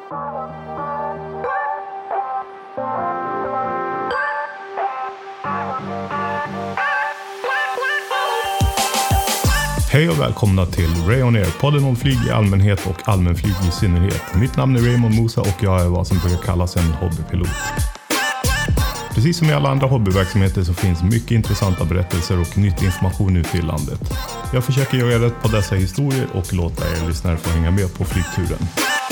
Hej och välkomna till Ray On Air, podden om flyg i allmänhet och allmänflyg i synnerhet. Mitt namn är Raymond Mosa och jag är vad som brukar kallas en hobbypilot. Precis som i alla andra hobbyverksamheter så finns mycket intressanta berättelser och nyttig information ute i landet. Jag försöker göra rätt på dessa historier och låta er lyssnare få hänga med på flygturen.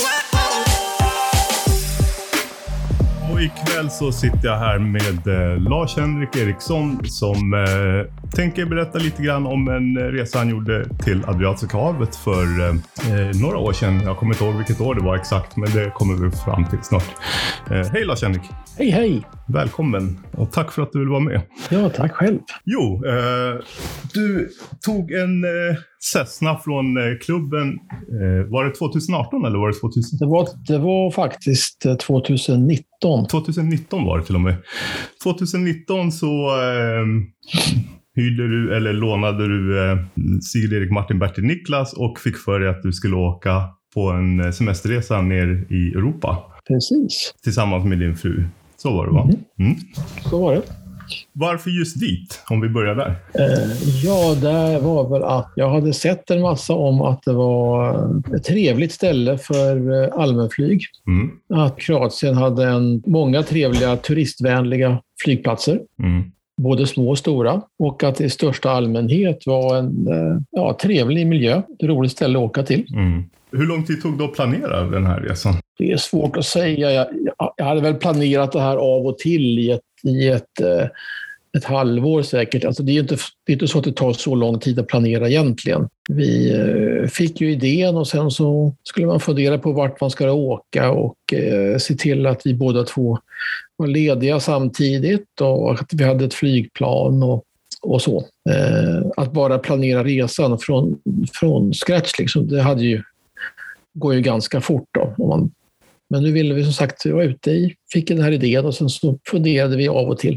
Och ikväll så sitter jag här med Lars-Henrik Eriksson som tänker berätta lite grann om en resa han gjorde till Adriatiska havet för några år sedan. Jag kommer inte ihåg vilket år det var exakt, men det kommer vi fram till snart. Hej Lars-Henrik! Hej hej! Välkommen och tack för att du vill vara med. Ja, tack själv. Jo, du tog en Cessna från klubben, var det 2018 eller var det 2000? Det var faktiskt 2019. 2019 var det till och med. 2019 så hyrde du eller lånade du Sigrid Erik Martin Bertil Niklas och fick för dig att du skulle åka på en semesterresa ner i Europa. Precis. Tillsammans med din fru. Så var det, va? Mm. Så var det. Varför just dit, om vi börjar där? Ja, det var väl att jag hade sett en massa om att det var ett trevligt ställe för allmänflyg. Att Kroatien hade många trevliga turistvänliga flygplatser. Både små och stora. Och att det i största allmänhet var en trevlig miljö. Ett roligt ställe att åka till. Hur lång tid tog det att planera den här resan? Det är svårt att säga. Jag hade väl planerat det här av och till i ett halvår säkert. Alltså det är inte så att det tar så lång tid att planera egentligen. Vi fick ju idén och sen så skulle man fundera på vart man ska åka och se till att vi båda två var lediga samtidigt och att vi hade ett flygplan och så. Att bara planera resan från scratch liksom, det går ju ganska fort då. Men nu ville vi som sagt vara ute fick den här idén och sen så funderade vi av och till.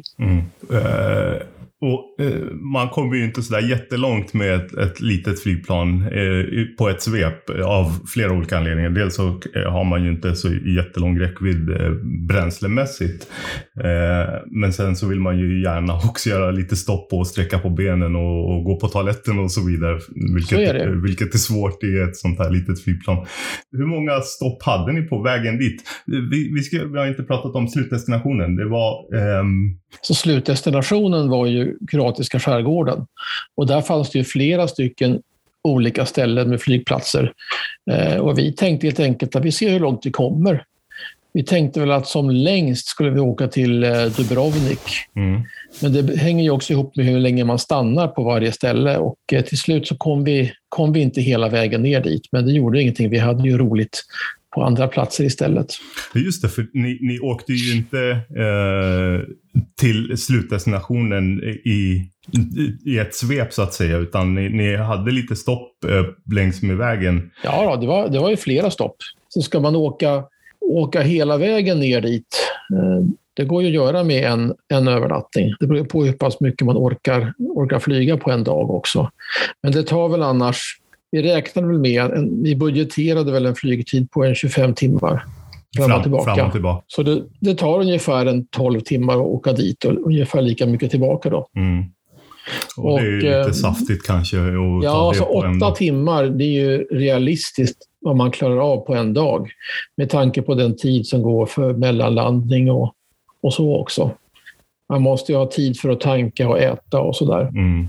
Man kommer ju inte så där jättelångt med ett litet flygplan på ett svep av flera olika anledningar. Dels så har man ju inte så jättelång räckvidd bränslemässigt. Men sen så vill man ju gärna också göra lite stopp och sträcka på benen och gå på toaletten och så vidare. Vilket är svårt i ett sånt här litet flygplan. Hur många stopp hade ni på vägen dit? Vi har inte pratat om slutdestinationen. Det var... Så slutdestinationen var ju kroatiska skärgården. Och där fanns det ju flera stycken olika ställen med flygplatser. Och vi tänkte helt enkelt att vi ser hur långt vi kommer. Vi tänkte väl att som längst skulle vi åka till Dubrovnik. Men det hänger ju också ihop med hur länge man stannar på varje ställe. Och till slut så kom vi inte hela vägen ner dit. Men det gjorde ingenting. Vi hade ju roligt på andra platser istället. Just det, för ni åkte ju inte till slutdestinationen i ett svep så att säga, utan ni hade lite stopp längs med vägen. Ja, det var ju flera stopp. Så ska man åka hela vägen ner dit. Det går ju att göra med en övernattning. Det beror på hur pass mycket man orkar flyga på en dag också. Men det tar väl annars... Vi räknade väl med, vi budgeterade väl en flygtid på 25 timmar fram och tillbaka. Så det tar ungefär 12 timmar att åka dit och ungefär lika mycket tillbaka då. Och det är ju lite saftigt kanske att ta det på 8 timmar, det är ju realistiskt vad man klarar av på en dag. Med tanke på den tid som går för mellanlandning och så också. Man måste ju ha tid för att tanka och äta och sådär.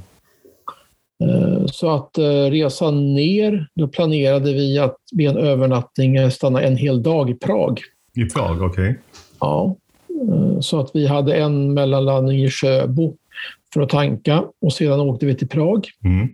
Så att resan ner, då planerade vi att med en övernattning stanna en hel dag i Prag. I Prag, okej. Ja, så att vi hade en mellanlandning i Sjöbo för att tanka och sedan åkte vi till Prag.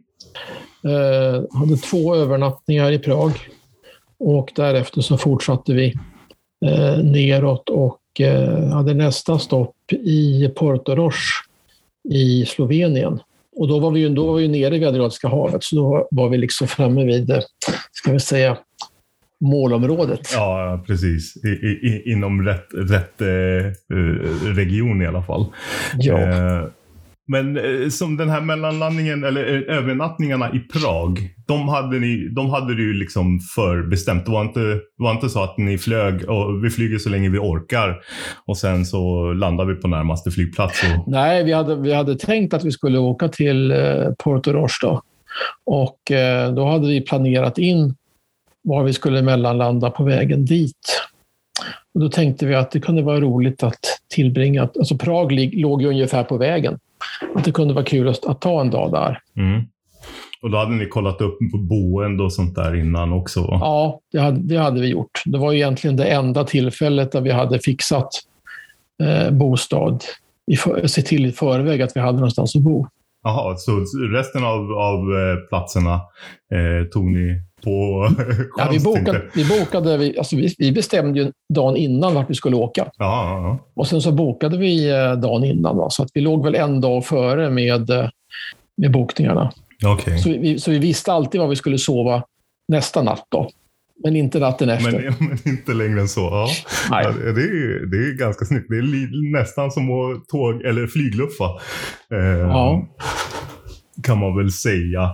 Hade 2 övernattningar i Prag och därefter så fortsatte vi neråt och hade nästa stopp i Portorož i Slovenien. Och då var vi ju nere vid Adriatiska havet, så då var vi liksom framme vid, ska vi säga, målområdet. Ja, precis. Inom rätt region i alla fall. Ja. Men som den här mellanlandningen eller övernattningarna i Prag, de hade du ju liksom förbestämt. Det var inte så att ni flög och vi flyger så länge vi orkar och sen så landar vi på närmaste flygplats. Nej, vi hade tänkt att vi skulle åka till Porto Roche då. Och då hade vi planerat in var vi skulle mellanlanda på vägen dit. Och då tänkte vi att det kunde vara roligt att tillbringa, alltså Prag låg ju ungefär på vägen. Att det kunde vara kul att ta en dag där. Mm. Och då hade ni kollat upp på boende och sånt där innan också? Ja, det hade vi gjort. Det var ju egentligen det enda tillfället där vi hade fixat bostad. Se till i förväg att vi hade någonstans att bo. Jaha, så resten av platserna tog ni på chans? Ja, vi bestämde ju dagen innan vart vi skulle åka. Ja. Och sen så bokade vi dagen innan. Va? Så att vi låg väl en dag före med bokningarna. Okay. Så vi visste alltid var vi skulle sova nästa natt då. Men inte natten efter. Men inte längre än så. Ja. Nej. Ja, det är ganska snyggt. Det är nästan som att tåg eller flygluffa. Ja. Kan man väl säga.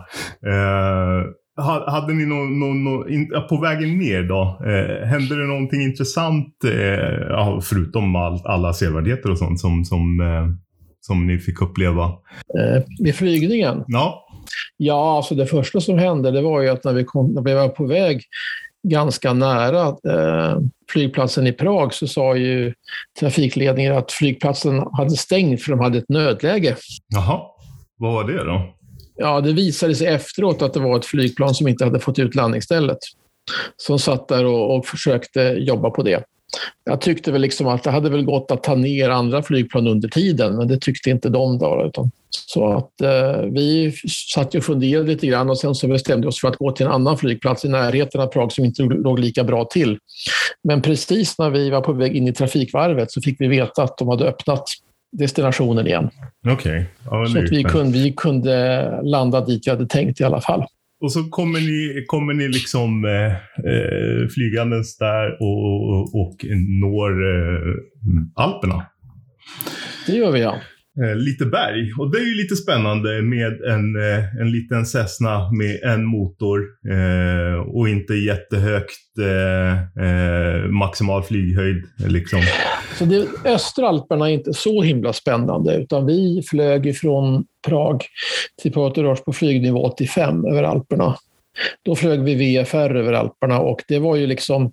Hade ni på vägen ner då? Hände det någonting intressant? Förutom alla sevärdheter och sånt som ni fick uppleva? Vid flygningen? Ja, alltså det första som hände det var ju att när vi var på väg ganska nära flygplatsen i Prag så sa ju trafikledningen att flygplatsen hade stängt för de hade ett nödläge. Jaha, vad var det då? Ja, det visade sig efteråt att det var ett flygplan som inte hade fått ut landningsstället. Som satt där och försökte jobba på det. Jag tyckte väl liksom att det hade väl gått att ta ner andra flygplan under tiden, men det tyckte inte de då. Så att vi satt och funderade lite grann och sen så bestämde vi oss för att gå till en annan flygplats i närheten av Prag som inte låg lika bra till. Men precis när vi var på väg in i trafikvarvet så fick vi veta att de hade öppnat destinationen igen. Okej. Ja, så att vi kunde landa dit vi hade tänkt i alla fall. Och så kommer ni liksom flygandes där och når Alperna. Det gör vi, ja. Lite berg. Och det är ju lite spännande med en liten Cessna med en motor och inte jättehögt maximal flyghöjd. Liksom. Så östra Alperna är inte så himla spännande utan vi flög ifrån Prag till Porto Roche på flygnivå 85 över Alperna. Då flög vi VFR över Alperna och det var ju liksom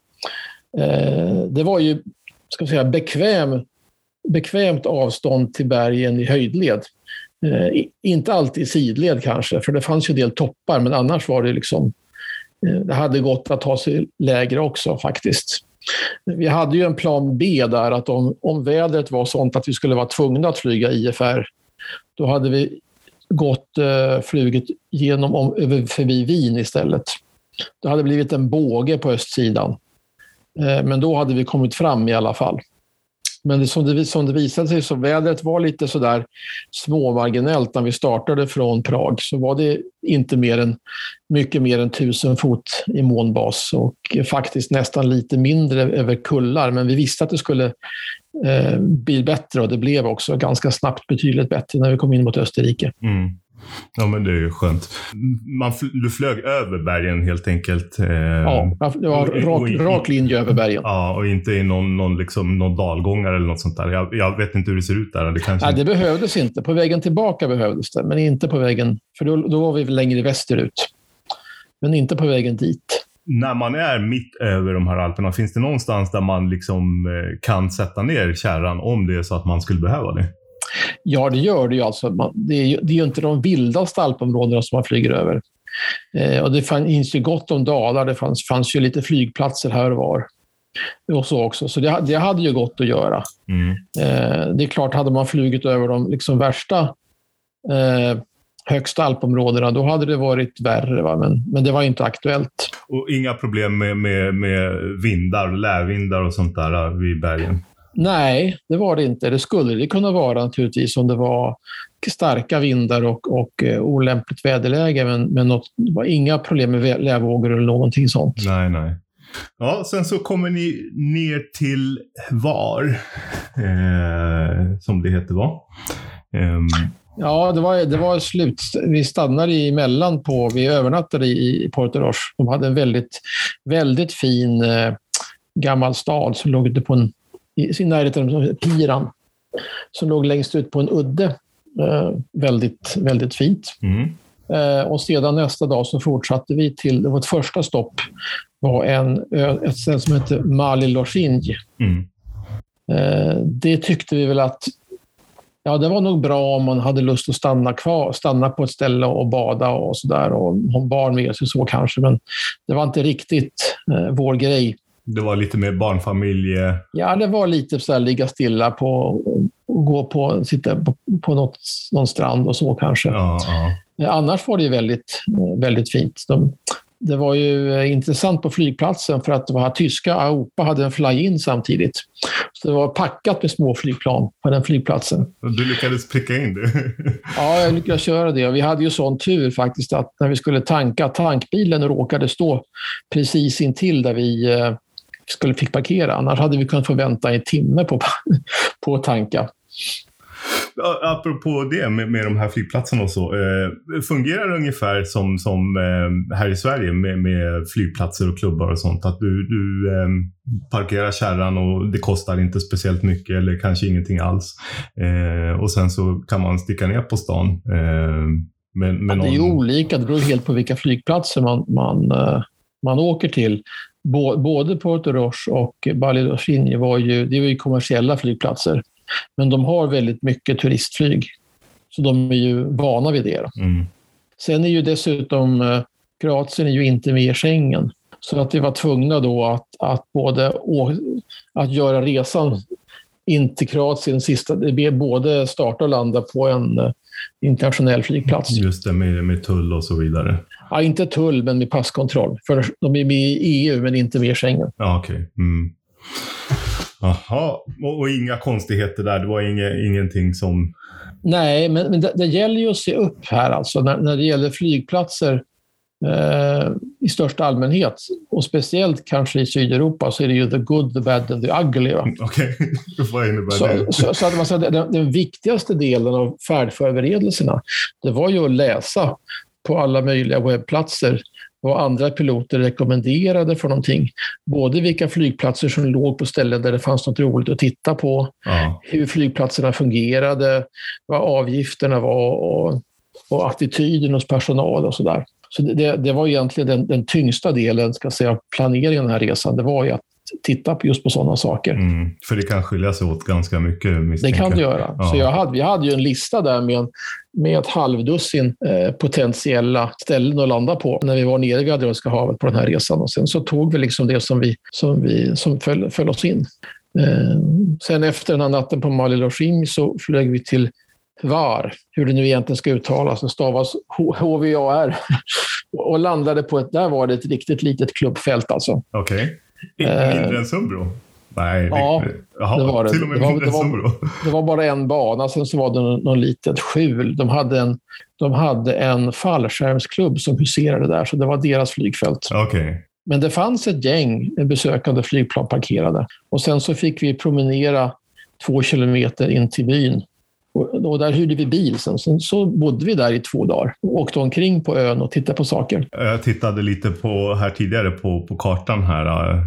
ska jag säga, bekvämt avstånd till bergen i höjdled. Inte alltid i sidled kanske, för det fanns ju en del toppar, men annars var det liksom det hade gått att ta sig lägre också faktiskt. Vi hade ju en plan B där att om vädret var sånt att vi skulle vara tvungna att flyga IFR, då hade vi flugit förbi Wien istället. Det hade blivit en båge på östsidan. Men då hade vi kommit fram i alla fall. Men som det visade sig så vädret var lite sådär småmarginellt när vi startade från Prag. Så var det inte mycket mer än 1000 fot i månbas och faktiskt nästan lite mindre över kullar. Men vi visste att det skulle bli bättre och det blev också ganska snabbt betydligt bättre när vi kom in mot Österrike. Mm. Ja, men det är ju skönt. Du flög över bergen helt enkelt. Ja, det var rak linje över bergen. Ja, och inte i någon dalgångare eller något sånt där. Jag vet inte hur det ser ut där. Det behövdes inte. På vägen tillbaka behövdes det, men inte på vägen... För då var vi längre västerut. Men inte på vägen dit. När man är mitt över de här Alperna, finns det någonstans där man liksom kan sätta ner kärran om det är så att man skulle behöva det? Ja, det gör det ju. Alltså. Det är ju inte de vildaste alpområdena som man flyger över. Och det finns ju gott om dalar. Det fanns ju lite flygplatser här och var. Och så också. Så det hade ju gått att göra. Mm. Det är klart, hade man flugit över de liksom värsta högsta alpområdena, då hade det varit värre. Va? Men det var inte aktuellt. Och inga problem med vindar, lärvindar och sånt där vid bergen? Nej, det var det inte. Det skulle det kunna vara naturligtvis om det var starka vindar och olämpligt väderläge. Men det var inga problem med lävågor eller någonting sånt. Nej. Ja, sen så kommer ni ner till Var, som det heter, va? Ja, det var slut. Vi stannade emellan vi övernattade i Porto Roche. De hade en väldigt, väldigt fin gammal stad som låg ute på i sin närheten, Piran, som låg längst ut på en udde. Väldigt, väldigt fint. Mm. Och sedan nästa dag så fortsatte vi till, vårt första stopp var ett ställe som heter Mali Lochinj. Mm. Det tyckte vi väl att det var nog bra om man hade lust att stanna på ett ställe och bada och sådär och ha barn med sig så kanske, men det var inte riktigt vår grej. Det var lite mer barnfamilj? Ja, det var lite så här ligga stilla och sitta på någon strand och så kanske. Ja. Annars var det ju väldigt, väldigt fint. Det var ju intressant på flygplatsen för att det var tyska AOPA hade en fly-in samtidigt. Så det var packat med små flygplan på den flygplatsen. Du lyckades pricka in det? Ja, jag lyckades köra det. Vi hade ju sån tur faktiskt att när vi skulle tanka, tankbilen råkade stå precis intill där vi fick parkera. Annars hade vi kunnat få vänta en timme på att tanka. Apropå det med de här flygplatserna och så, fungerar det ungefär som här i Sverige med flygplatser och klubbar och sånt, att du parkerar kärran och det kostar inte speciellt mycket eller kanske ingenting alls, och sen så kan man sticka ner på stan med någon... Det är ju olika, det beror helt på vilka flygplatser man åker till. Både Porto Roche och Bali Lochinj var ju kommersiella flygplatser. Men de har väldigt mycket turistflyg. Så de är ju vana vid det. Mm. Sen är ju dessutom Kroatien är ju inte med i Schengen. Så att vi var tvungna då att göra resan in till Kroatien både starta och landa på en internationell flygplats. Just det, med tull och så vidare. Ja, inte tull men med passkontroll. För de är med i EU men inte med i Schengen. Ja, okej. Okay. Mm. Jaha, och inga konstigheter där. Det var ingenting som... Nej, men det gäller ju att se upp här alltså. När det gäller flygplatser i största allmänhet och speciellt kanske i Sydeuropa så är det ju the good, the bad and the ugly. Okej, vad innebär det? Så att man säger, den viktigaste delen av färdförberedelserna det var ju att läsa på alla möjliga webbplatser vad andra piloter rekommenderade för någonting. Både vilka flygplatser som låg på ställen där det fanns något roligt att titta på, hur flygplatserna fungerade, vad avgifterna var och attityden hos personal och sådär. Så det var egentligen den tyngsta delen, ska jag säga, planeringen av den här resan. Det var ju att titta just på sådana saker. Mm, för det kan skilja sig åt ganska mycket, misstänker. Det kan det göra. Ja. Så vi hade ju en lista där med ett halvdussin potentiella ställen att landa på när vi var nere vid Adriatiska havet på den här resan. Och sen så tog vi liksom det som föll oss in. Sen efter den här natten på Mali Lochinj så flög vi till Hvar, hur det nu egentligen ska uttalas, det stavas HVAR, och landade där var det ett riktigt litet klubbfält alltså. Okej. Mindre än Sumbro? Nej, ja, det var det. Till och med mindre än Sumbro. Det var bara en bana, sen så var det någon litet skjul. De hade en fallskärmsklubb som huserade där, så det var deras flygfält. Okej. Men det fanns ett gäng besökande flygplan parkerade. Och sen så fick vi promenera 2 kilometer in till byn. Och där hyrde vi bil sen så bodde vi där i 2 dagar. Och åkte omkring på ön och tittade på saker. Jag tittade lite här tidigare på kartan här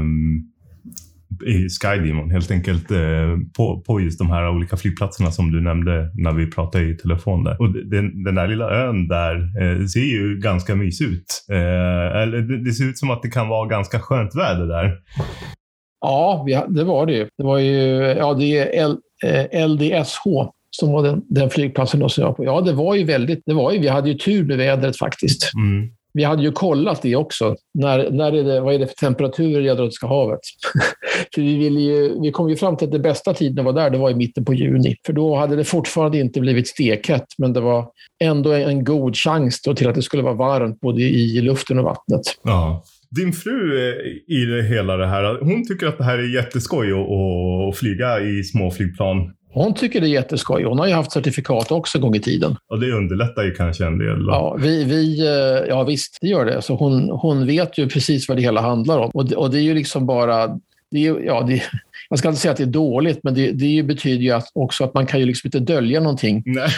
i Skydemon, helt enkelt på just de här olika flygplatserna som du nämnde när vi pratade i telefon där. Och den där lilla ön där ser ju ganska mysig ut. Det ser ut som att det kan vara ganska skönt väder där. Ja, det var det ju. Det var ju, det är LDSH som var den flygplatsen då som jag på. Ja, vi hade ju tur med vädret faktiskt. Mm. Vi hade ju kollat det också. Vad är det för temperaturer i Adriatiska havet? För vi kom ju fram till att det bästa tiden var där, det var i mitten på juni. För då hade det fortfarande inte blivit stekhett, men det var ändå en god chans till att det skulle vara varmt både i luften och vattnet. Ja. Din fru i hela det här, hon tycker att det här är jätteskoj att flyga i små flygplan. Hon tycker det är jätteskoj. Hon har ju haft certifikat också en gång i tiden. Och det underlättar ju kanske en del. Ja, ja visst, det gör det. Så hon vet ju precis vad det hela handlar om. Och det är ju liksom bara jag ska inte säga att det är dåligt, men det betyder ju också att man kan ju liksom inte dölja någonting. Nej,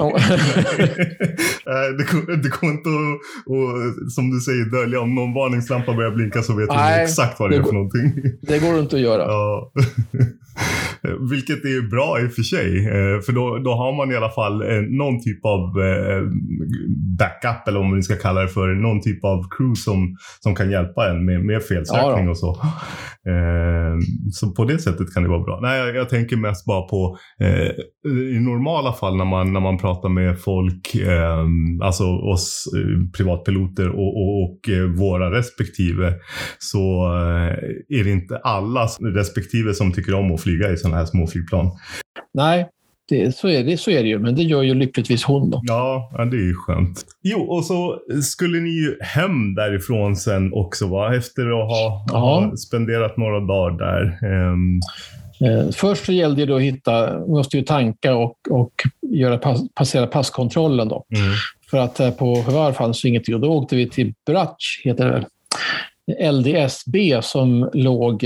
det går inte att, som du säger, dölja. Om någon varningslampa börjar blinka så vet du exakt vad det är för någonting. Det går inte att göra. Ja. Vilket är bra i och för sig. För då har man i alla fall någon typ av backup, eller om man ska kalla det för, någon typ av crew som kan hjälpa en med felsökning och så. Så på det sättet kan det vara bra. Nej, jag tänker mest bara på i normala fall när man pratar med folk, alltså oss privatpiloter och våra respektive, så är det inte alla respektive som tycker om att flyga i sådana här små flygplan. Nej, så är det ju, men det gör ju lyckligtvis hon då. Ja, det är ju skönt. Jo, och så skulle ni ju hem därifrån sen också, va? Efter att ha spenderat några dagar där. Först så gällde det att måste ju tanka och passera passkontrollen då. För att på Hvar fanns ju ingenting, och då åkte vi till Brač, heter det, LDSB, som låg,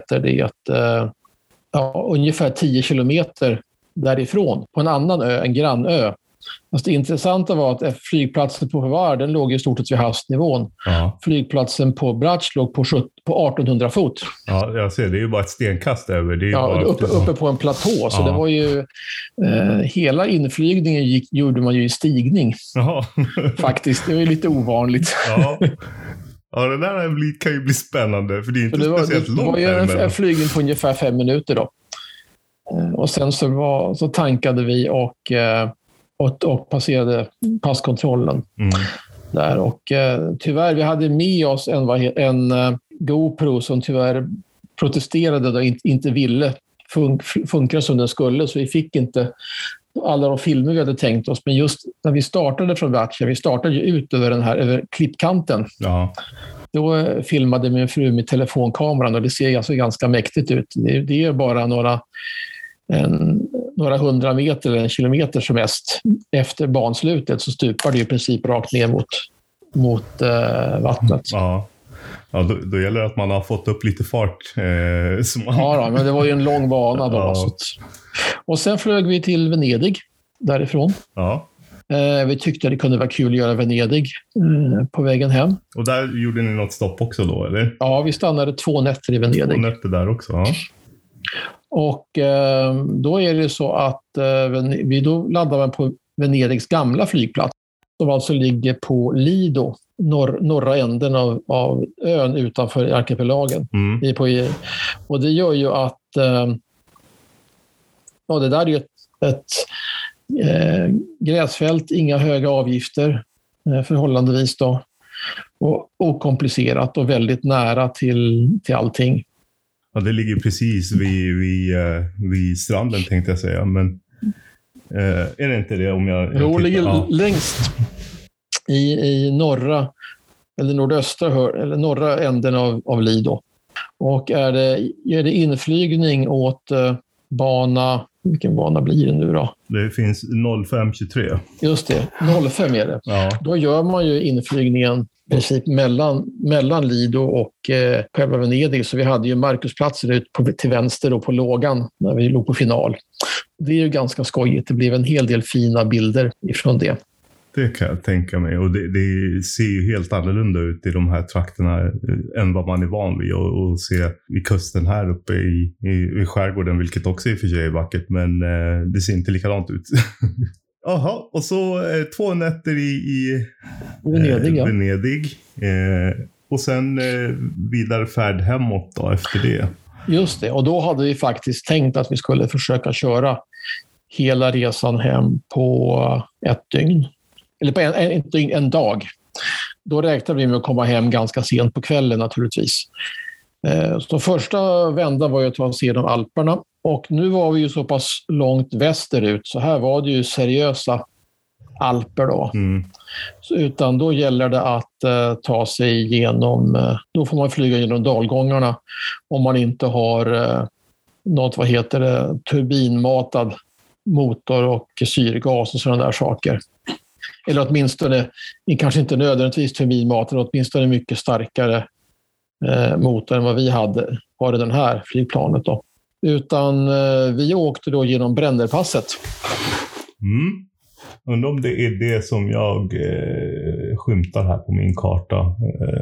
ungefär 10 kilometer därifrån, på en annan ö, en grannö. Fast det intressanta var att flygplatsen på Hvar, den låg i stort sett vid havsnivån. Ja. Flygplatsen på Brač låg på 1800 fot. Ja, jag ser. Det är ju bara ett stenkast över. Det är uppe på en platå. Så det var ju... hela inflygningen gjorde man ju i stigning. Jaha. Faktiskt. Det var ju lite ovanligt. Ja. Ja, det där kan ju bli spännande. För det är inte speciellt långt. Det var ju en flygning på ungefär 5 minuter då. Och sen så tankade vi och passerade passkontrollen där. Och tyvärr, vi hade med oss en GoPro som tyvärr protesterade och inte ville funka som den skulle, så vi fick inte alla de filmer vi hade tänkt oss. Men just när vi startade från Brač, vi startade ju ut över klippkanten. Ja. Då filmade min fru med telefonkameran, och det ser alltså ganska mäktigt ut. Det är bara några 100 meter eller 1 kilometer som mest efter banslutet, så stupar det i princip rakt ner mot vattnet. Ja, då gäller det att man har fått upp lite fart. Ja, men det var ju en lång bana då. Ja. Och sen flög vi till Venedig därifrån. Ja. Vi tyckte det kunde vara kul att göra Venedig på vägen hem. Och där gjorde ni något stopp också då, eller? Ja, vi stannade 2 nätter i Venedig. 2 nätter där också, ja. Och då är det så att vi då laddade på Venedigs gamla flygplats, som alltså ligger på Lido, norra änden av ön utanför arkipelagen. Och det gör ju att det där är ju ett gräsfält, inga höga avgifter förhållandevis då, och okomplicerat och väldigt nära till allting. Ja, det ligger precis vid stranden, tänkte jag säga. Men är det inte det om jag Jo, det ligger längst i norra eller nordöstra eller norra änden av Lido. Och är det inflygning åt bana, vilken bana blir det nu då? Det finns 0523. Just det, 05 är det. Ja. Då gör man ju inflygningen i princip mellan Lido och själva Venedig. Så vi hade ju Markusplatser ut till vänster då på lågan när vi låg på final. Det är ju ganska skojigt. Det blev en hel del fina bilder ifrån det. Det kan jag tänka mig. Och det ser ju helt annorlunda ut i de här trakterna än vad man är van vid att se i kusten här uppe i skärgården, vilket också i och för sig är vackert, men det ser inte likadant ut. Jaha, och så 2 nätter i Venedig. Och sen vidare färd hemåt då efter det. Just det, och då hade vi faktiskt tänkt att vi skulle försöka köra hela resan hem på 1 dygn. Eller på en dag. Då räknade vi med att komma hem ganska sent på kvällen naturligtvis. Så första vändan var ju att ta sig genom Alperna. Och nu var vi ju så pass långt västerut, så här var det ju seriösa Alper då. Så utan då gäller det att ta sig igenom, då får man flyga genom dalgångarna om man inte har något, turbinmatad motor och syrgas och sådana där saker. Eller åtminstone, kanske inte nödvändigtvis turbinmatad, åtminstone mycket starkare motor än vad vi hade i den här flygplanet då. Utan vi åkte då genom Brennerpasset. Undrar om det är det som jag skymtar här på min karta.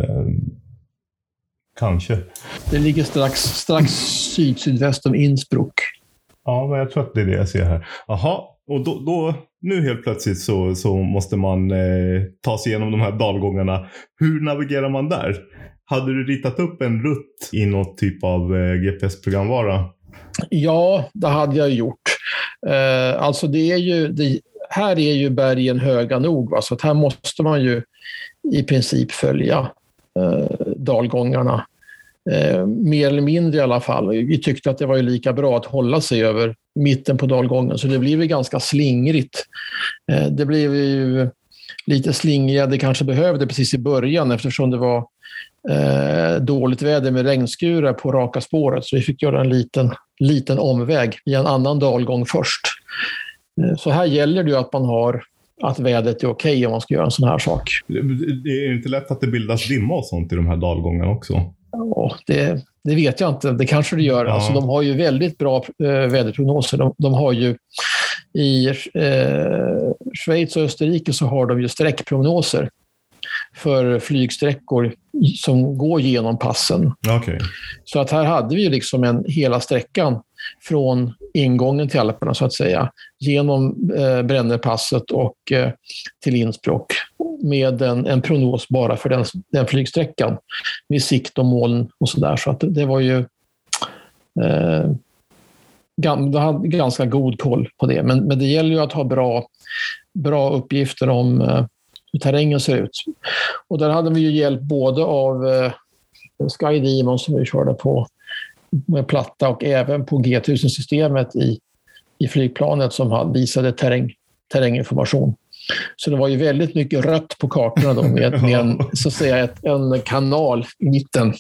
Kanske. Det ligger strax sydväst om Innsbruck. Ja, men jag tror att det är det jag ser här. Jaha, och då nu helt plötsligt så måste man ta sig igenom de här dalgångarna. Hur navigerar man där? Hade du ritat upp en rutt i något typ av GPS-programvara? Ja, det hade jag gjort. Alltså här är ju bergen höga nog. Va? Så att här måste man ju i princip följa dalgångarna. Mer eller mindre i alla fall. Vi tyckte att det var ju lika bra att hålla sig över mitten på dalgången. Så det blev ju ganska slingrigt. Det blev ju lite slingriga det kanske behövde precis i början eftersom det var dåligt väder med regnskurar på raka spåret. Så vi fick göra en liten omväg i en annan dalgång först. Så här gäller det ju att man har att vädret är okej om man ska göra en sån här sak. Det är inte lätt att det bildas dimma och sånt i de här dalgångarna också. Ja, det vet jag inte. Det kanske det gör. Ja. Alltså, de har ju väldigt bra väderprognoser. De har ju i Schweiz och Österrike så har de ju sträckprognoser för flygsträckor som går genom passen. Okay. Så att här hade vi ju liksom hela sträckan från ingången till Alperna så att säga genom Brennerpasset och till Innsbruck med en prognos bara för den flygsträckan med sikt och moln och sådär. Så att det var ju de hade ganska god koll på det. Men det gäller ju att ha bra uppgifter om hur terrängen ser ut. Och där hade vi ju hjälp både av SkyDemon som vi körde på med platta och även på G1000-systemet i flygplanet som visade terränginformation. Så det var ju väldigt mycket rött på kartorna då med en, så att säga, en kanal i mitten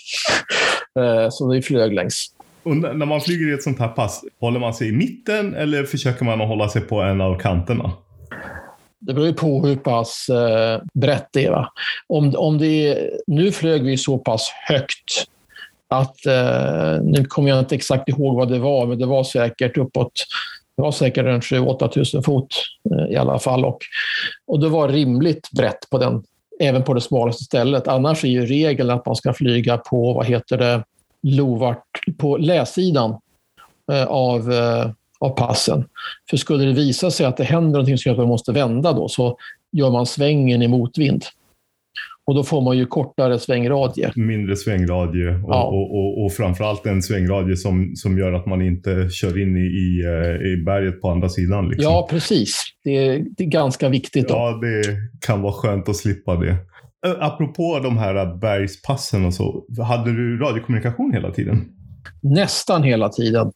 som vi flög längs. Och när man flyger i ett sånt här pass, håller man sig i mitten eller försöker man att hålla sig på en av kanterna? Det beror ju på hur pass brett det är. Va? Om det är, nu flög vi så pass högt att nu kommer jag inte exakt ihåg vad det var, men det var säkert uppåt. Det var säkert en 7-8 000 fot i alla fall. Och det var rimligt brett på den, även på det smalaste stället. Annars är ju regeln att man ska flyga på, lovart, på läsidan av passen. För skulle det visa sig att det händer någonting som gör att man måste vända då, så gör man svängen i motvind. Och då får man ju kortare svängradie. Mindre svängradie och framförallt en svängradie som gör att man inte kör in i berget på andra sidan. Liksom. Ja, precis. Det är ganska viktigt. Då. Ja, det kan vara skönt att slippa det. Apropå de här bergspassen och så, hade du radiokommunikation hela tiden? Nästan hela tiden.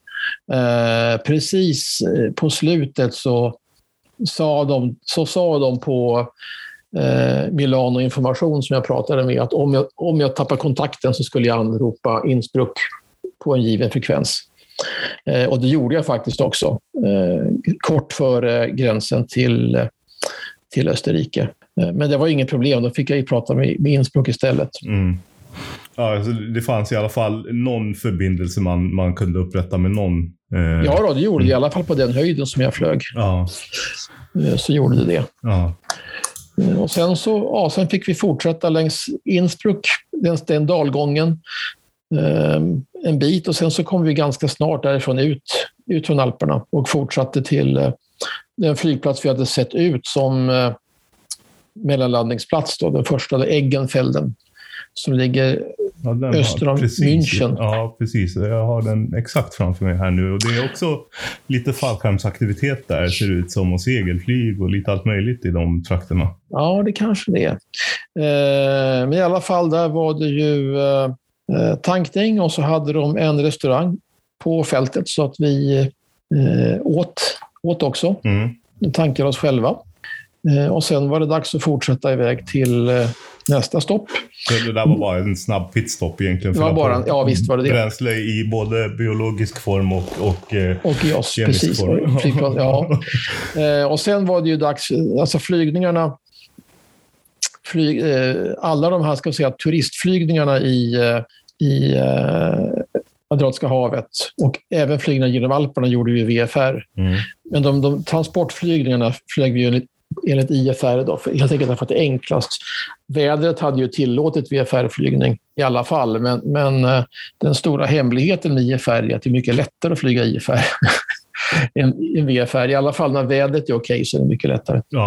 Precis på slutet så sa de på Milano Information som jag pratade med att om jag tappar kontakten så skulle jag anropa Innsbruck på en given frekvens. Och det gjorde jag faktiskt också. Kort före gränsen till Österrike. Men det var inget problem. Då fick jag ju prata med Innsbruck istället. Mm. Ja, alltså det fanns i alla fall någon förbindelse man kunde upprätta med någon. Ja då, det gjorde det i alla fall på den höjden som jag flög. Ja. Så gjorde det. Ja. Och sen fick vi fortsätta längs Innsbruck, den dalgången en bit, och sen så kom vi ganska snart därifrån ut från Alperna och fortsatte till den flygplats vi hade sett ut som mellanlandningsplats då, den första Eggenfelden som ligger öster om München. Ja, precis. Jag har den exakt framför mig här nu. Och det är också lite fallskärmsaktivitet där, ser det ut som, och segelflyg och lite allt möjligt i de trakterna. Ja, det kanske det är. Men i alla fall, där var det ju tankning och så hade de en restaurang på fältet så att vi åt också. Tankade oss själva. Och sen var det dags att fortsätta iväg till nästa stopp. Det där var bara en snabb pitstop egentligen. Ja, visst var det. Bränsle i både biologisk form och i oss, precis. Form. Ja. Och sen var det ju dags, alltså flygningarna, alla de här, ska vi säga, turistflygningarna i Adriatiska havet. Och även flygningar genom Alperna gjorde vi VFR. Men de transportflygningarna flög vi ju enligt IFR då, helt enkelt för att det är enklast. Vädret hade ju tillåtit VFR-flygning i alla fall, men den stora hemligheten med IFR är att det är mycket lättare att flyga IFR än VFR. I alla fall när vädret är okej så är det mycket lättare. Ja.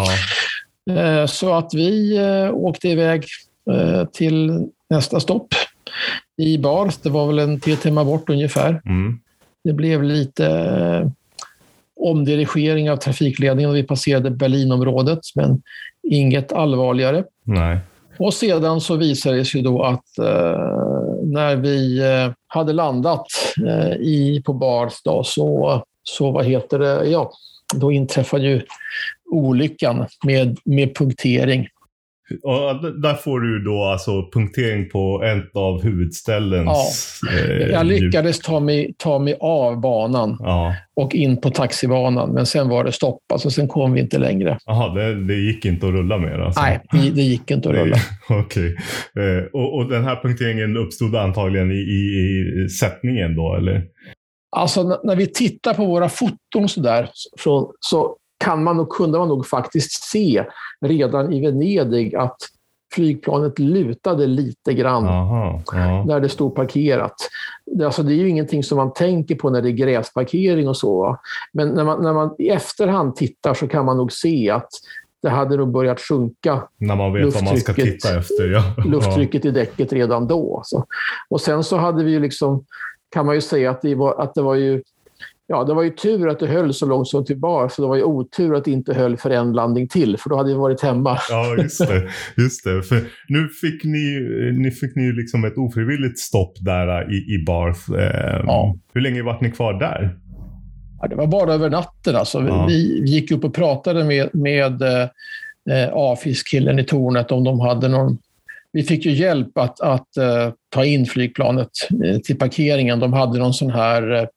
Så att vi åkte iväg till nästa stopp i Barth. Det var väl en 3 timmar bort ungefär. Det blev lite omdirigering av trafikledningen och vi passerade Berlinområdet, men inget allvarligare. Nej. Och sedan så visade det sig då att när vi hade landat på Barth då, så vad heter det? Ja, då inträffade ju olyckan med punktering. Och där får du då alltså punktering på ett av huvudställens... Ja, jag lyckades ta mig av banan och in på taxibanan, men sen var det stopp. Alltså sen kom vi inte längre. Jaha, det gick inte att rulla mer alltså? Nej, det gick inte att rulla. Okej. Och den här punkteringen uppstod antagligen i sättningen då, eller? Alltså när vi tittar på våra foton så kunde man nog faktiskt se redan i Venedig att flygplanet lutade lite grann när det stod parkerat. Det är ju ingenting som man tänker på när det är gräsparkering och så. Men när man i efterhand tittar så kan man nog se att det hade nog börjat sjunka. När man vet vad man ska titta efter. Ja. Luftrycket i däcket redan då. Så. Och sen så hade vi ju liksom, kan man ju säga att det var ju tur att det höll så långt som till Barth, för det var ju otur att det inte höll för en landning till, för då hade vi varit hemma. Ja, just det. För nu fick ni liksom ett ofrivilligt stopp där i Barth. Hur länge var ni kvar där? Ja, det var bara över natten. Alltså. Vi gick upp och pratade med AFIS-killen i tornet om de hade någon... Vi fick ju hjälp att ta in flygplanet till parkeringen. De hade någon sån här...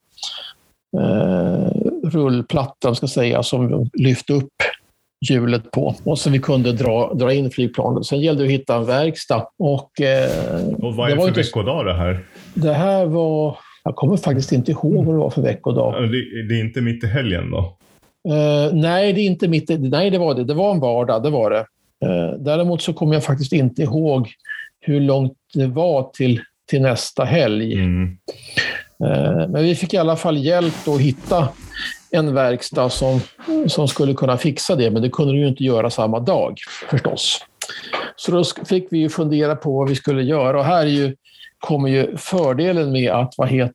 rullplatta ska säga, som lyfte upp hjulet på, och så vi kunde dra in flygplanet. Sen gällde det att hitta en verkstad och vad är det för veckodag det här? Det här var, jag kommer faktiskt inte ihåg vad det var för veckodag. Det är inte mitt i helgen då? Nej, det är inte mitt i, nej, det var det. Det var en vardag, det var det. Däremot så kommer jag faktiskt inte ihåg hur långt det var till nästa helg. Men vi fick i alla fall hjälp att hitta en verkstad som skulle kunna fixa det, men det kunde ju inte göra samma dag förstås. Så då fick vi ju fundera på vad vi skulle göra, och här kommer ju fördelen med att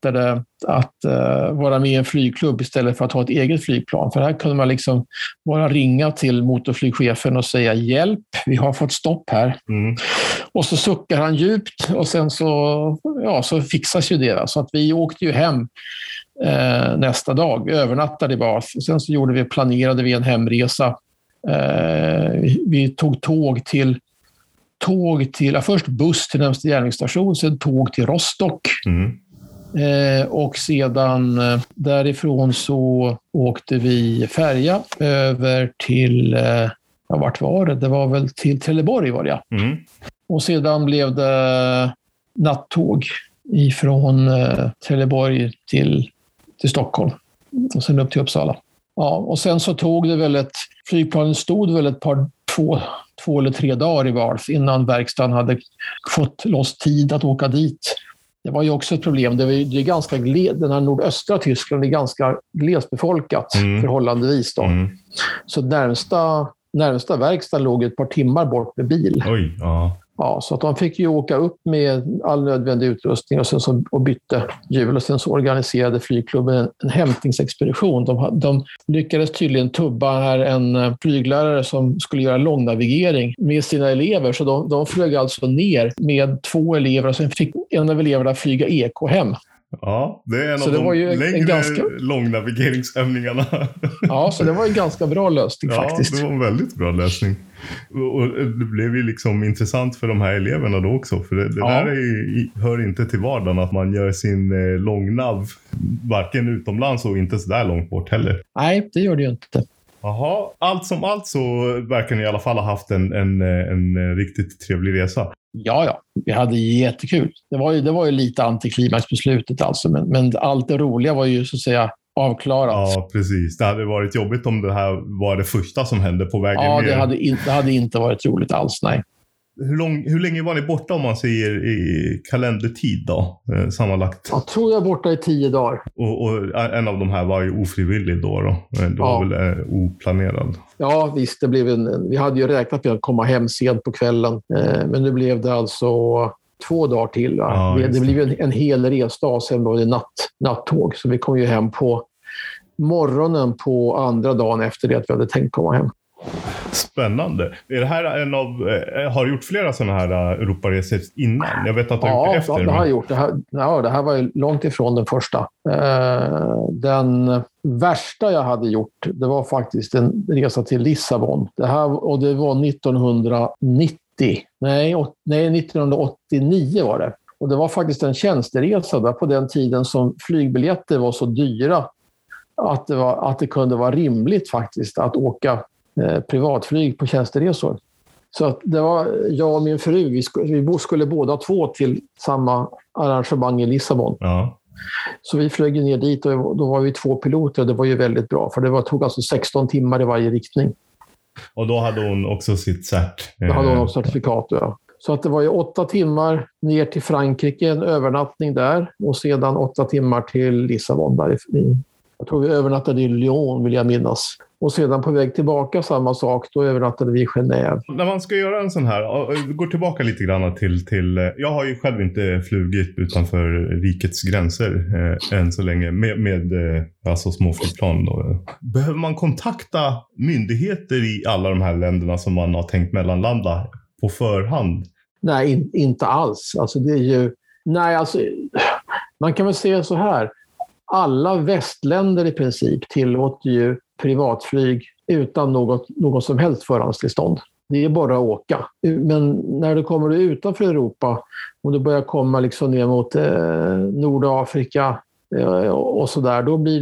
vara med i en flygklubb istället för att ha ett eget flygplan. För här kunde man liksom bara ringa till motorflygchefen och säga hjälp, vi har fått stopp här. Och så suckar han djupt och sen så fixas ju det. Så att vi åkte ju hem nästa dag, övernattade i Barth. Sen så planerade vi en hemresa. Vi tog tåg till först buss till närmaste järnvägsstation, sen tåg till Rostock. Och sedan därifrån så åkte vi färja över till, vart var det? Det var väl till Trelleborg var det. Och sedan blev det nattåg ifrån Trelleborg till Stockholm och sen upp till Uppsala. Ja, och sen så tog det väl flygplanen stod väl två eller 3 dagar i Barth innan verkstaden hade fått loss tid att åka dit. Det var ju också ett problem. Det är ganska den här nordöstra Tyskland är ganska glesbefolkat förhållandevis då. Så närmsta verkstaden låg ett par timmar bort med bil. Oj, ja. Ja, så att de fick ju åka upp med all nödvändig utrustning och bytte hjul, och sen så organiserade flygklubben en hämtningsexpedition. De lyckades tydligen tubba här en flyglärare som skulle göra långnavigering med sina elever, så de flög alltså ner med 2 elever och sen fick en av eleverna flyga EK hem. Ja, det är en så av de längre långnavigeringsövningarna. Ja, så det var en ganska bra lösning faktiskt. Ja, det var en väldigt bra lösning. Och det blev ju liksom intressant för de här eleverna då också. För det där hör inte till vardagen att man gör sin långnav varken utomlands och inte så där långt bort heller. Nej, det gör det ju inte. Jaha, allt som allt så verkar ni i alla fall ha haft en riktigt trevlig resa. Ja, vi hade jättekul. Det var ju lite antiklimax på slutet alltså, men allt det roliga var ju så att säga avklarat. Ja, precis. Det hade varit jobbigt om det här var det första som hände på vägen ner. Ja, det hade inte varit roligt alls, nej. Hur länge var ni borta om man säger i kalendertid då? Sammanlagt? Jag tror jag är borta i 10 dagar. Och en av de här var ju ofrivillig då? Det var väl oplanerad? Ja, visst. Det blev vi hade ju räknat med att komma hem sent på kvällen. Men nu blev det alltså 2 dagar till. Ja, det blev ju en hel resdag, sen var det nattåg. Så vi kom ju hem på morgonen på andra dagen efter det att vi hade tänkt komma hem. Spännande. Är det här har du gjort flera sådana här Europaresor innan? Jag vet att du har gjort efter. Ja, det har jag gjort. Det här var ju långt ifrån den första. Den värsta jag hade gjort, det var faktiskt en resa till Lissabon. Det var 1990. Nej, 1989 var det. Och det var faktiskt en tjänsteresa där på den tiden som flygbiljetter var så dyra att det kunde vara rimligt faktiskt att åka privatflyg på tjänsteresor. Så att det var jag och min fru, vi skulle båda två till samma arrangemang i Lissabon. Ja. Så vi flög ner dit och då var vi 2 piloter och det var ju väldigt bra för det tog alltså 16 timmar i varje riktning. Och då hade hon också sitt cert? Då hade hon också certifikat, ja. Så att det var ju 8 timmar ner till Frankrike, en övernattning där och sedan 8 timmar till Lissabon där. Jag tror vi övernattade i Lyon, vill jag minnas. Och sedan på väg tillbaka samma sak, då övernattade vi i Genève. När man ska göra en sån här, går tillbaka lite grann till jag har ju själv inte flugit utanför rikets gränser än så länge med alltså småflygplan då. Behöver man kontakta myndigheter i alla de här länderna som man har tänkt mellanlanda på förhand? Nej, inte alls. Alltså det är ju... Nej, alltså man kan väl säga så här. Alla västländer i princip tillåter ju privatflyg utan något som helst förhandstillstånd. Det är bara att åka. Men när du kommer utanför Europa och du börjar komma liksom ner mot Nordafrika och sådär, då blir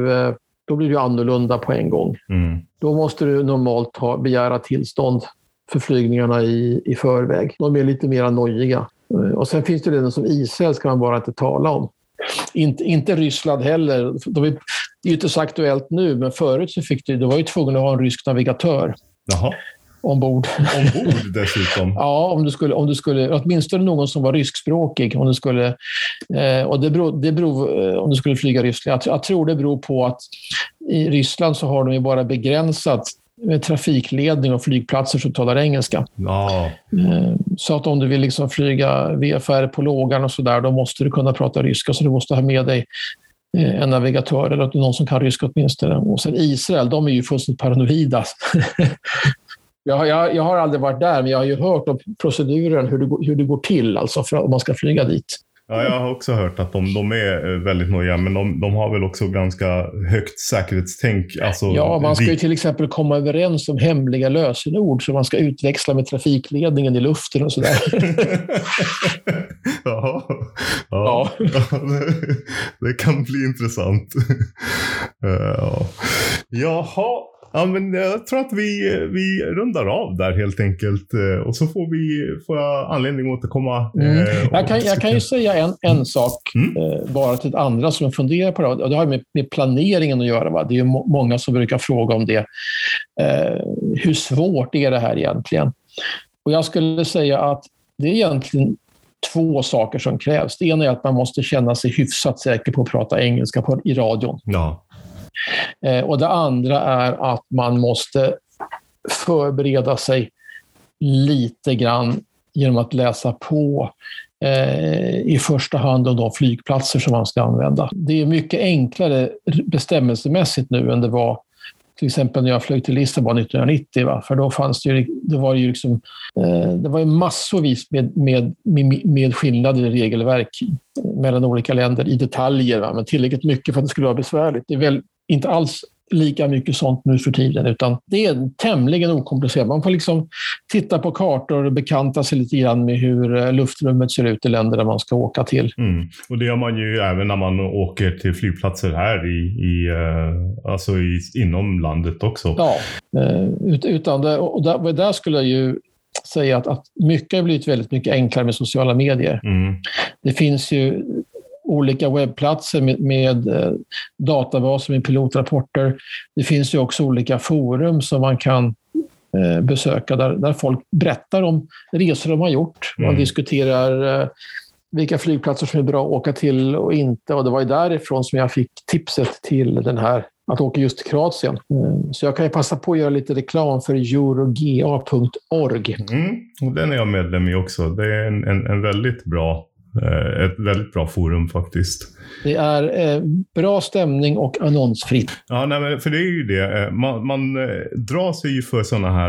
det ju annorlunda på en gång. Mm. Då måste du normalt begära tillstånd för flygningarna i förväg. De är lite mer nojiga. Och sen finns det länder som Israel ska man bara inte tala om. Inte Ryssland heller. Det är ju inte så aktuellt nu, men förut så du var ju tvungen att ha en rysk navigatör. Jaha. Ombord dessutom? Ja, om du skulle åtminstone någon som var ryskspråkig om du skulle och det beror om du skulle flyga Ryssland. Jag tror det beror på att i Ryssland så har de ju bara begränsat med trafikledning och flygplatser som talar engelska. Ja. Så att om du vill liksom flyga VFR på lågan och sådär, då måste du kunna prata ryska, så du måste ha med dig en navigatör eller någon som kan ryska åtminstone. Och sen Israel, de är ju fullständigt paranoida. Jag har aldrig varit där, men jag har ju hört om proceduren, hur det går till alltså för att man ska flyga dit. Ja, jag har också hört att de är väldigt noja, men de har väl också ganska högt säkerhetstänk. Alltså, ja, man ska ju till exempel komma överens om hemliga lösenord som man ska utväxla med trafikledningen i luften och sådär. Ja. Det kan bli intressant. Jaha. Ja, men jag tror att vi rundar av där helt enkelt. Och så får jag anledning att återkomma. Jag kan ju säga en sak bara till andra som funderar på det. Och det har med planeringen att göra. Va? Det är ju många som brukar fråga om det. Hur svårt är det här egentligen? Och jag skulle säga att det är egentligen 2 saker som krävs. Det ena är att man måste känna sig hyfsat säker på att prata engelska i radion. Ja. Och det andra är att man måste förbereda sig lite grann genom att läsa på i första hand om de flygplatser som man ska använda. Det är mycket enklare bestämmelsemässigt nu än det var till exempel när jag flög till Lissabon 1990. Va? För då det var ju massvis med skillnader i regelverk mellan olika länder i detaljer. Va? Men tillräckligt mycket för att det skulle vara besvärligt. Det är väl inte alls lika mycket sånt nu för tiden, utan det är tämligen okomplicerat. Man får liksom titta på kartor och bekanta sig lite grann med hur luftrummet ser ut i länder där man ska åka till. Och det gör man ju även när man åker till flygplatser här inom landet också. Ja, utan det, och där skulle jag ju säga att mycket har blivit väldigt mycket enklare med sociala medier. Det finns ju olika webbplatser med databaser med pilotrapporter. Det finns ju också olika forum som man kan besöka där folk berättar om resor de har gjort. Man diskuterar vilka flygplatser som är bra att åka till och inte. Och det var ju därifrån som jag fick tipset till den här att åka just till Kroatien. Så jag kan ju passa på att göra lite reklam för euroga.org. Och den är jag medlem i också. Det är en väldigt bra, ett väldigt bra forum faktiskt. Det är bra stämning och annonsfritt. Ja, nej, men för det är ju det. Man drar sig ju för sådana här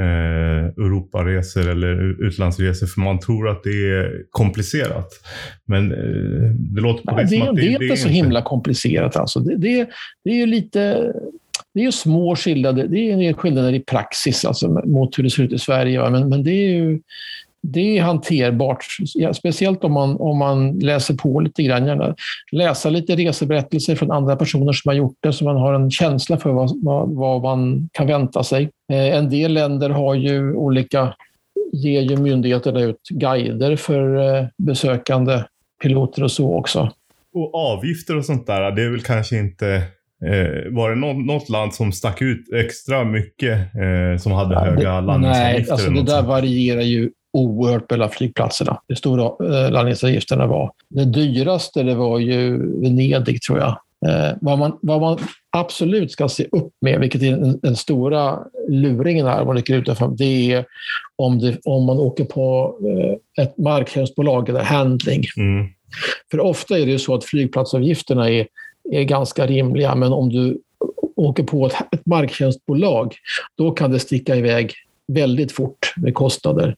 Europaresor eller utlandsresor för man tror att det är komplicerat. Men det låter på det som att det är inte så himla komplicerat. Alltså. Det är ju lite... Det är ju små skillnader. Det är skillnader i praxis alltså, mot hur det ser ut i Sverige. Men det är ju... Det är hanterbart, speciellt om man läser på lite grann. Gärna läsa lite reseberättelser från andra personer som har gjort det så man har en känsla för vad man kan vänta sig. En del länder har ju ger ju myndigheterna ut guider för besökande piloter och så också. Och avgifter och sånt där, det är väl kanske inte... var det något land som stack ut extra mycket som hade höga landningsavgifter? Nej, alltså det där varierar ju oerhört mellan flygplatserna. De stora landningsavgifterna var. Det dyraste det var ju Venedig tror jag. Vad man absolut ska se upp med, vilket är den stora luringen här man rycker utanför, det är om man åker på ett marktjänstbolag eller handling. För ofta är det ju så att flygplatsavgifterna är ganska rimliga, men om du åker på ett marktjänstbolag då kan det sticka iväg väldigt fort med kostnader.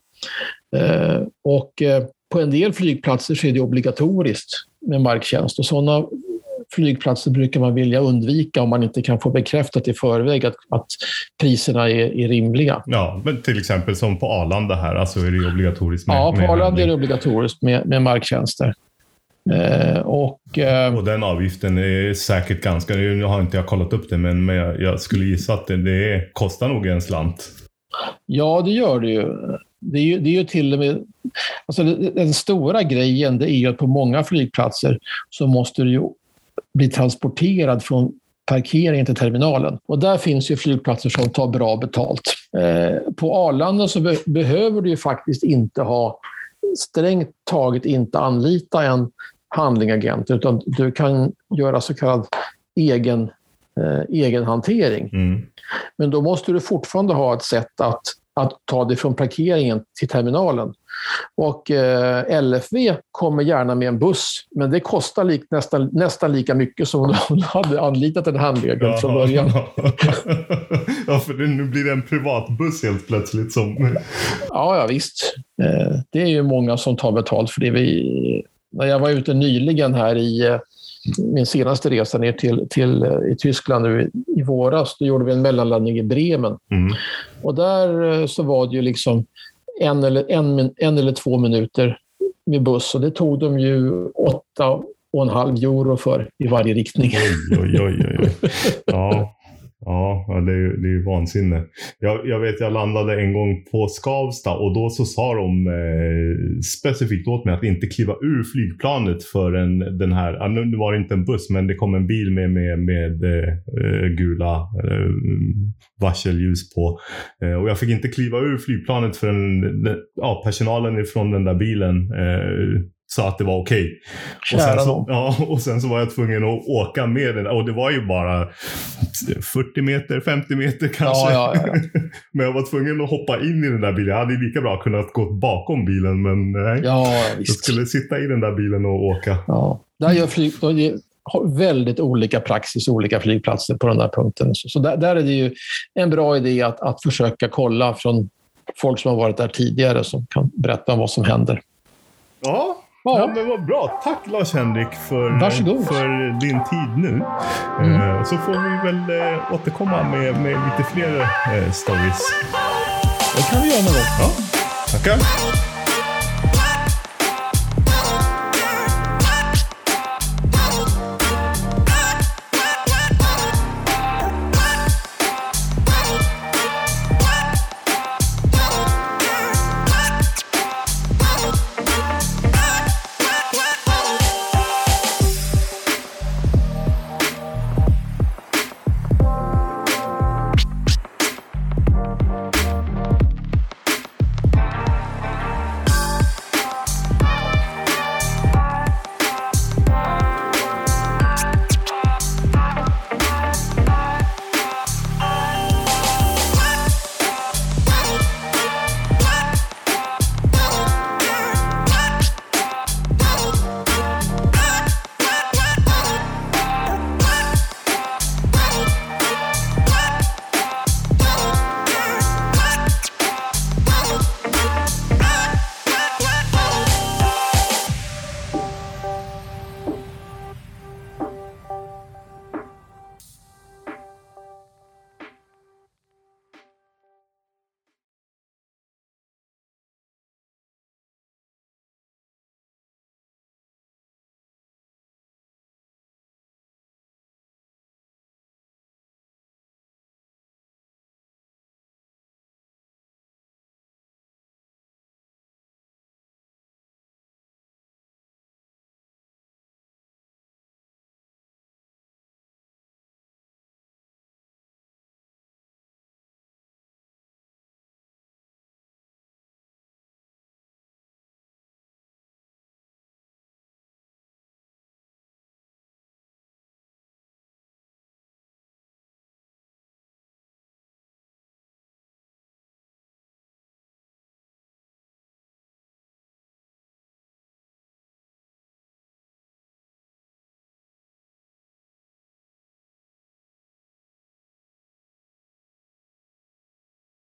Och på en del flygplatser så är det obligatoriskt med marktjänst och sådana flygplatser brukar man vilja undvika om man inte kan få bekräftat i förväg att priserna är rimliga. Ja, men till exempel som på Arlanda här, alltså är det obligatoriskt med... Ja, på Arlanda är det obligatoriskt med marktjänster. Och den avgiften är säkert ganska... Nu har inte jag kollat upp det, men jag skulle gissa att det kostar nog en slant. Ja, det gör det ju. Det är ju till och med... Alltså den stora grejen det är ju att på många flygplatser så måste du ju bli transporterad från parkeringen till terminalen. Och där finns ju flygplatser som tar bra betalt. På Arlanda så behöver du ju faktiskt inte strängt taget inte anlita en handlingagent utan du kan göra så kallad egen hantering. Men då måste du fortfarande ha ett sätt att ta dig från parkeringen till terminalen. Och LFV kommer gärna med en buss, men det kostar nästan lika mycket som om de hade anlitat en handläggare från början. Ja, för nu blir det en privatbuss helt plötsligt som... Ja, visst. Det är ju många som tar betalt för det. När jag var ute nyligen här i min senaste resa ner till i Tyskland nu i våras, då gjorde vi en mellanlandning i Bremen. Och där så var det ju liksom en eller 2 minuter med buss och det tog de ju 8,5 euro för i varje riktning. Oj. Ja, det är ju vansinne. Jag vet, jag landade en gång på Skavsta och då så sa de specifikt åt mig att inte kliva ur flygplanet förrän den här, nu var det inte en buss men det kom en bil med gula varselljus på. Och jag fick inte kliva ur flygplanet förrän personalen ifrån den där bilen sa att det var okej. Och sen så var jag tvungen att åka med den. Och det var ju bara 40 meter, 50 meter kanske. Ja. Men jag var tvungen att hoppa in i den där bilen. Jag hade lika bra kunnat gå bakom bilen. Men nej, jag skulle sitta i den där bilen och åka. Ja. Där har väldigt olika praxis och olika flygplatser på den där punkten. Så där är det ju en bra idé att försöka kolla från folk som har varit där tidigare som kan berätta om vad som händer. Ja. Ja, men vad bra. Tack Lars-Henrik för din tid nu. Så får vi väl återkomma med lite fler stories. Det kan vi göra någon gång. Ja, tackar.